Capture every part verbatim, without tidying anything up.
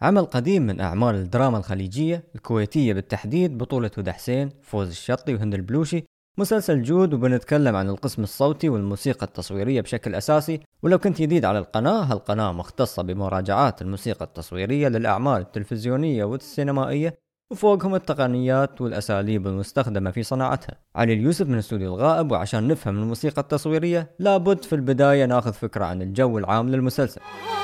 عمل قديم من أعمال الدراما الخليجية الكويتية بالتحديد، بطولة هدى حسين، فوز الشطي وهند البلوشي. مسلسل جود، وبنتكلم عن القسم الصوتي والموسيقى التصويرية بشكل أساسي. ولو كنت جديد على القناة، هالقناة مختصة بمراجعات الموسيقى التصويرية للأعمال التلفزيونية والسينمائية، وفوقهم التقنيات والأساليب المستخدمة في صناعتها. علي اليوسف من استوديو الغائب. وعشان نفهم الموسيقى التصويرية لابد في البداية ناخذ فكرة عن الجو العام للمسلسل.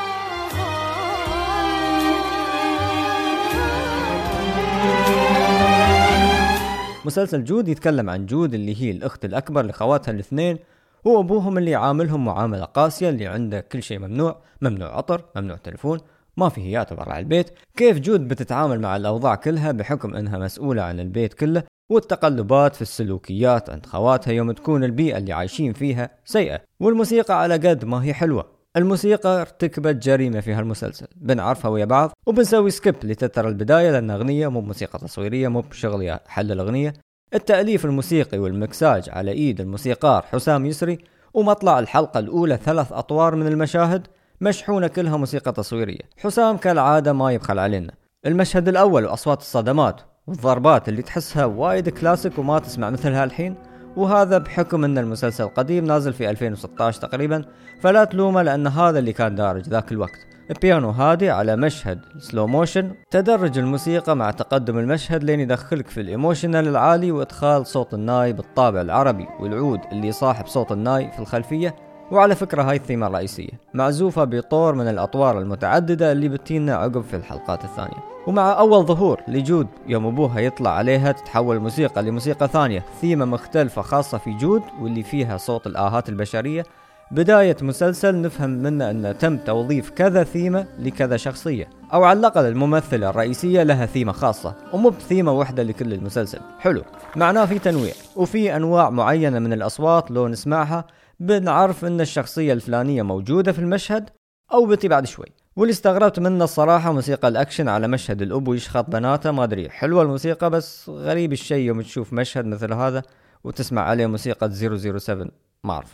مسلسل جود يتكلم عن جود اللي هي الأخت الأكبر لخواتها الاثنين، وأبوهم اللي عاملهم معاملة قاسية، اللي عنده كل شيء ممنوع، ممنوع عطر، ممنوع تلفون، ما في هيات برا البيت. كيف جود بتتعامل مع الأوضاع كلها بحكم أنها مسؤولة عن البيت كله، والتقلبات في السلوكيات عند خواتها يوم تكون البيئة اللي عايشين فيها سيئة. والموسيقى على قد ما هي حلوة، الموسيقى ارتكبت جريمة في هالمسلسل، بنعرفها ويا بعض وبنسوي سكيب لتتر البداية، لأن أغنية مو موسيقى تصويرية، مو بشغل حل الأغنية. التأليف الموسيقي والمكساج على إيد الموسيقار حسام يسري، ومطلع الحلقة الأولى ثلاث أطوار من المشاهد مشحونة كلها موسيقى تصويرية. حسام كالعادة ما يبخل علينا. المشهد الأول وأصوات الصدمات والضربات اللي تحسها وايد كلاسيك وما تسمع مثلها الحين، وهذا بحكم أن المسلسل قديم نازل في ألفين وستة عشر تقريبا، فلا تلومه لأن هذا اللي كان دارج ذاك الوقت. البيانو هادي على مشهد سلو موشن، تدرج الموسيقى مع تقدم المشهد لين يدخلك في الإيموشنال العالي، وإدخال صوت الناي بالطابع العربي والعود اللي صاحب صوت الناي في الخلفية. وعلى فكرة هاي الثيمة الرئيسية معزوفة بطور من الأطوار المتعددة اللي بتينا عقب في الحلقات الثانية. ومع أول ظهور لجود يوم أبوها يطلع عليها، تتحول الموسيقى لموسيقى ثانية، ثيمة مختلفة خاصة في جود واللي فيها صوت الآهات البشرية. بداية مسلسل نفهم منه أن تم توظيف كذا ثيمة لكذا شخصية، أو على الأقل الممثلة الرئيسية لها ثيمة خاصة ومو بثيمة واحدة لكل المسلسل. حلو، معناه في تنويع، وفي أنواع معينة من الأصوات لو نسمعها بنعرف أن الشخصية الفلانية موجودة في المشهد أو بتي بعد شوي. واللي استغربت منه الصراحة موسيقى الأكشن على مشهد الأب يشخط بناته. ما أدري، حلوة الموسيقى، بس غريب الشيء يوم تشوف مشهد مثل هذا وتسمع عليه موسيقى صفر صفر سبعة. ما أعرف.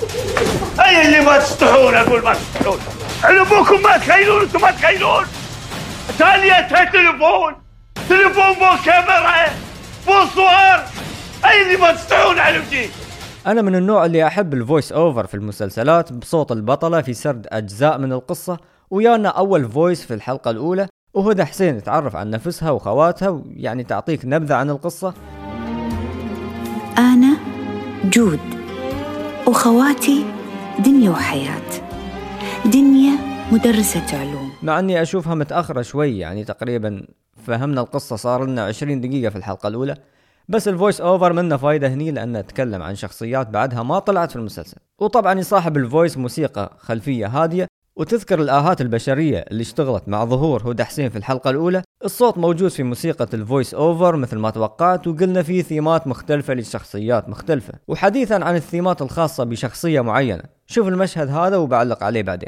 أي اللي ما تستحون، أقول ما تستحون. علبوكم ما تخيلون، أنتم ما تخيلون. تالية تليفون، تليفون بو كاميرا بو صور. أي اللي ما تستحون علمتي. أنا من النوع اللي أحب الفويس أوفر في المسلسلات بصوت البطلة في سرد أجزاء من القصة. ويانا أول فويس في الحلقة الأولى، وهدى حسين تعرف عن نفسها وخواتها، ويعني تعطيك نبذة عن القصة. أنا جود، وخواتي دنيا وحياة. دنيا مدرسة علوم. مع أني أشوفها متأخرة شوي، يعني تقريبا فهمنا القصة صار لنا عشرين دقيقة في الحلقة الأولى، بس الفويس أوفر منه فايدة هني لأنه تكلم عن شخصيات بعدها ما طلعت في المسلسل. وطبعا يصاحب الفويس موسيقى خلفية هادية وتذكر الآهات البشرية اللي اشتغلت مع ظهور هدى حسين في الحلقة الأولى. الصوت موجود في موسيقى الفويس أوفر مثل ما توقعت، وقلنا فيه ثيمات مختلفة لشخصيات مختلفة. وحديثا عن الثيمات الخاصة بشخصية معينة، شوف المشهد هذا وبعلق عليه بعدين.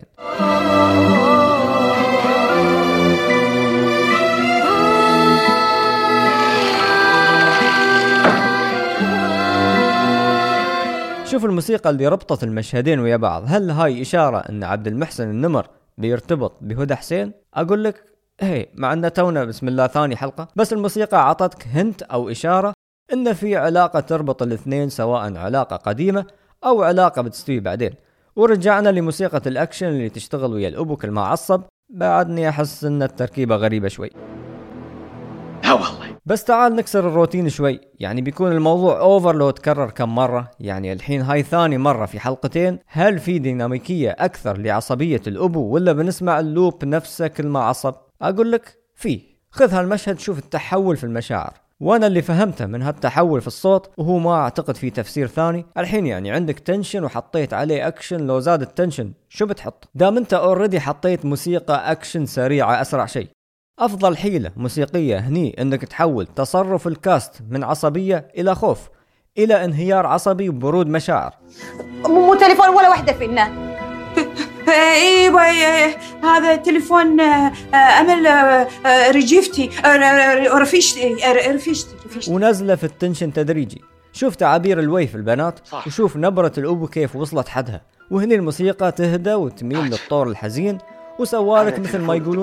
شوف الموسيقى اللي ربطت المشهدين ويا بعض. هل هاي إشارة أن عبد المحسن النمر بيرتبط بهدى حسين؟ أقول لك هي، مع أن تونا بسم الله ثاني حلقة، بس الموسيقى عطتك هنت أو إشارة أن في علاقة تربط الاثنين، سواء علاقة قديمة أو علاقة بتستوي بعدين. ورجعنا لموسيقى الأكشن اللي تشتغل ويا الأبو كل ما عصب. بعدني أحس أن التركيبة غريبة شوي. لا والله. بس تعال نكسر الروتين شوي، يعني بيكون الموضوع أوفر لو تكرر كم مرة. يعني الحين هاي ثاني مرة في حلقتين، هل في ديناميكية أكثر لعصبية الأبو ولا بنسمع اللوب نفسه كل ما عصب؟ أقول لك فيه. خذ هالمشهد، شوف التحول في المشاعر. وانا اللي فهمته من هالتحول في الصوت، وهو ما اعتقد في تفسير ثاني. الحين يعني عندك تنشن وحطيت عليه اكشن، لو زاد التنشن شو بتحط؟ دام انت اوريدي حطيت موسيقى اكشن سريعة اسرع شيء. افضل حيلة موسيقية هني انك تحول تصرف الكاست من عصبية الى خوف، الى انهيار عصبي وبرود مشاعر. مو تليفون ولا وحدة فينا. ايوه هذا تليفون امل رجيفتي رفيشتي رفيشتي رفيشتي. ونزله في التنشن تدريجي. شوف تعابير الوجه في البنات، وشوف نبرة الأبو كيف وصلت حدها. وهني الموسيقى تهدى وتميل للطور الحزين، وسوالك مثل ما يقولون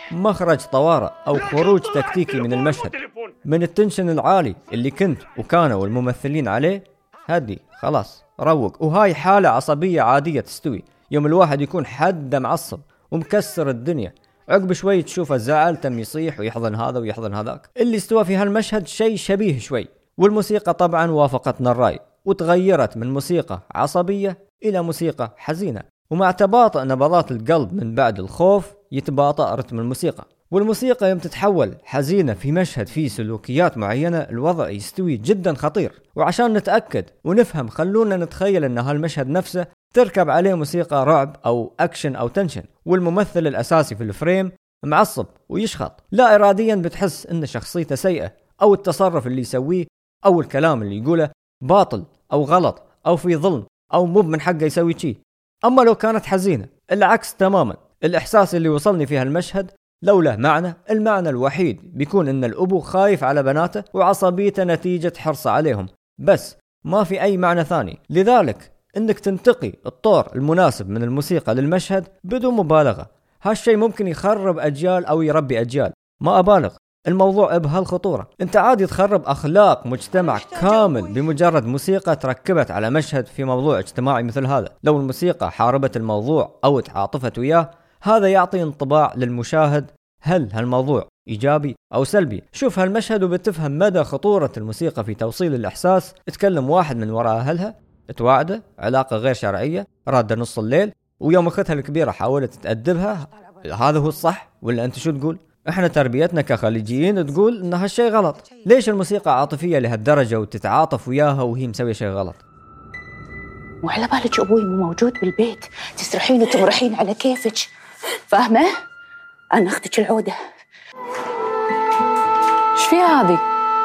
مخرج طوارئ أو خروج تكتيكي من المشهد، من التنشن العالي اللي كنت وكانوا الممثلين عليه. هدي خلاص روق، وهاي حالة عصبية عادية تستوي يوم الواحد يكون حد معصب ومكسر الدنيا، عقب شوي تشوفه زعل تم يصيح ويحضن هذا ويحضن هذاك. اللي استوى في هالمشهد شيء شبيه شوي، والموسيقى طبعا وافقتنا الرأي وتغيرت من موسيقى عصبية إلى موسيقى حزينة، ومع تباطؤ نبضات القلب من بعد الخوف يتباطأ رتم الموسيقى. والموسيقى يوم تتحول حزينة في مشهد فيه سلوكيات معينة الوضع يستوي جدا خطير. وعشان نتأكد ونفهم خلونا نتخيل ان هالمشهد نفسه تركب عليه موسيقى رعب او اكشن او تنشن، والممثل الاساسي في الفريم معصب ويشخط، لا اراديا بتحس ان شخصيته سيئة، او التصرف اللي يسويه او الكلام اللي يقوله باطل او غلط او في ظلم او مو من حقه يسوي شيء. اما لو كانت حزينة العكس تماما، الاحساس اللي وصلني في هالمشهد لو له معنى، المعنى الوحيد بيكون ان الابو خايف على بناته وعصبيته نتيجة حرصه عليهم، بس ما في اي معنى ثاني. لذلك انك تنتقي الطور المناسب من الموسيقى للمشهد بدون مبالغة، هالشيء ممكن يخرب اجيال او يربي اجيال. ما ابالغ، الموضوع بهالخطورة. انت عادي تخرب اخلاق مجتمع كامل بمجرد موسيقى تركبت على مشهد في موضوع اجتماعي مثل هذا. لو الموسيقى حاربت الموضوع او تعاطفت وياه، هذا يعطي انطباع للمشاهد هل هالموضوع إيجابي أو سلبي. شوف هالمشهد وبتفهم مدى خطورة الموسيقى في توصيل الإحساس. اتكلم واحد من وراء أهلها، تواعده علاقة غير شرعية، رادة نص الليل، ويوم أختها الكبيرة حاولت تأدبها. هذا هو الصح ولا أنت شو تقول؟ احنا تربيتنا كخليجيين تقول ان هالشيء غلط. ليش الموسيقى عاطفية لهالدرجة وتتعاطف وياها وهي مسوية شيء غلط؟ وعلى بالك أبوي مو موجود بالبيت تسرحين وتمرحين على كيفك، فاهمة؟ أنا أختك العودة. إيش فيها هذه؟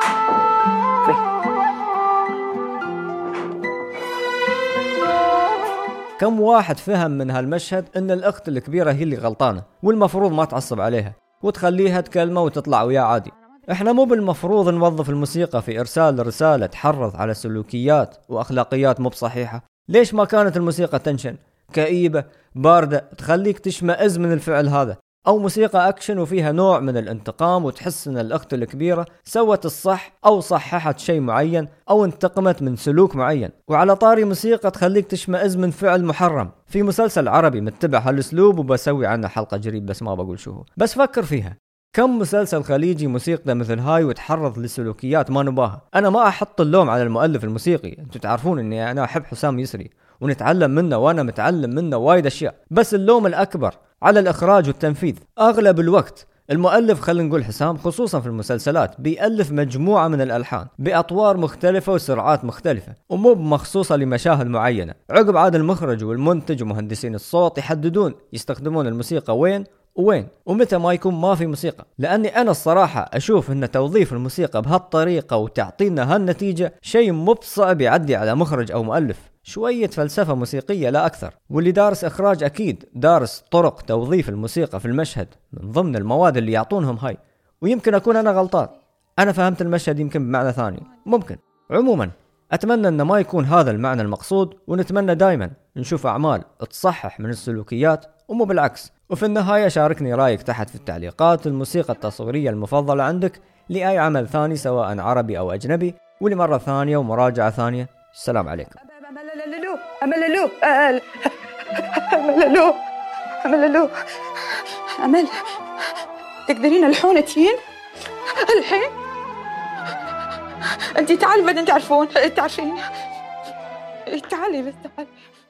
كم واحد فهم من هالمشهد ان الأخت الكبيرة هي اللي غلطانة والمفروض ما تعصب عليها وتخليها تكلمه وتطلع وياه عادي. احنا مو بالمفروض نوظف الموسيقى في إرسال رسالة تحرض على سلوكيات وأخلاقيات مو بصحيحة. ليش ما كانت الموسيقى تنشن كئيبة باردة تخليك تشمئز من الفعل هذا، أو موسيقى أكشن وفيها نوع من الانتقام وتحس أن الأخت الكبيرة سوت الصح أو صححت شيء معين أو انتقمت من سلوك معين. وعلى طاري موسيقى تخليك تشمئز من فعل محرم في مسلسل عربي متبع هالأسلوب وبسوي عنه حلقة جريب بس ما بقول شو هو. بس فكر فيها، كم مسلسل خليجي موسيقى مثل هاي وتحرض لسلوكيات ما نباها. أنا ما أحط اللوم على المؤلف الموسيقي، أنتوا تعرفون أني أنا أحب حسام يسري ونتعلم منه وأنا متعلم منه وايد أشياء، بس اللوم الأكبر على الإخراج والتنفيذ. أغلب الوقت المؤلف خلينا نقول حسام خصوصا في المسلسلات بيألف مجموعة من الألحان بأطوار مختلفة وسرعات مختلفة ومو مخصوصة لمشاهد معينة. عقب عاد المخرج والمنتج ومهندسين الصوت يحددون يستخدمون الموسيقى وين وين ومتى ما يكون ما في موسيقى. لأني أنا الصراحة أشوف أن توظيف الموسيقى بهالطريقة وتعطينا هالنتيجة شيء مو بصعب يعدي على مخرج أو مؤلف، شوية فلسفة موسيقية لا أكثر. واللي دارس إخراج أكيد دارس طرق توظيف الموسيقى في المشهد من ضمن المواد اللي يعطونهم هاي. ويمكن أكون أنا غلطان، أنا فهمت المشهد يمكن بمعنى ثاني ممكن. عموما أتمنى أن ما يكون هذا المعنى المقصود، ونتمنى دايما نشوف أعمال تصحح من السلوكيات ومو بالعكس. وفي النهاية شاركني رأيك تحت في التعليقات الموسيقى التصويرية المفضلة عندك لأي عمل ثاني سواء عربي أو أجنبي، ولمرة ثانية ومراجعة ثانية. السلام عليكم. أمللو أمللو أمللو أمللو أمل، تقدرين الحونتين الحين؟ أنت تعالي بعدين تعرفون تعرفين، تعالي بس تعالي.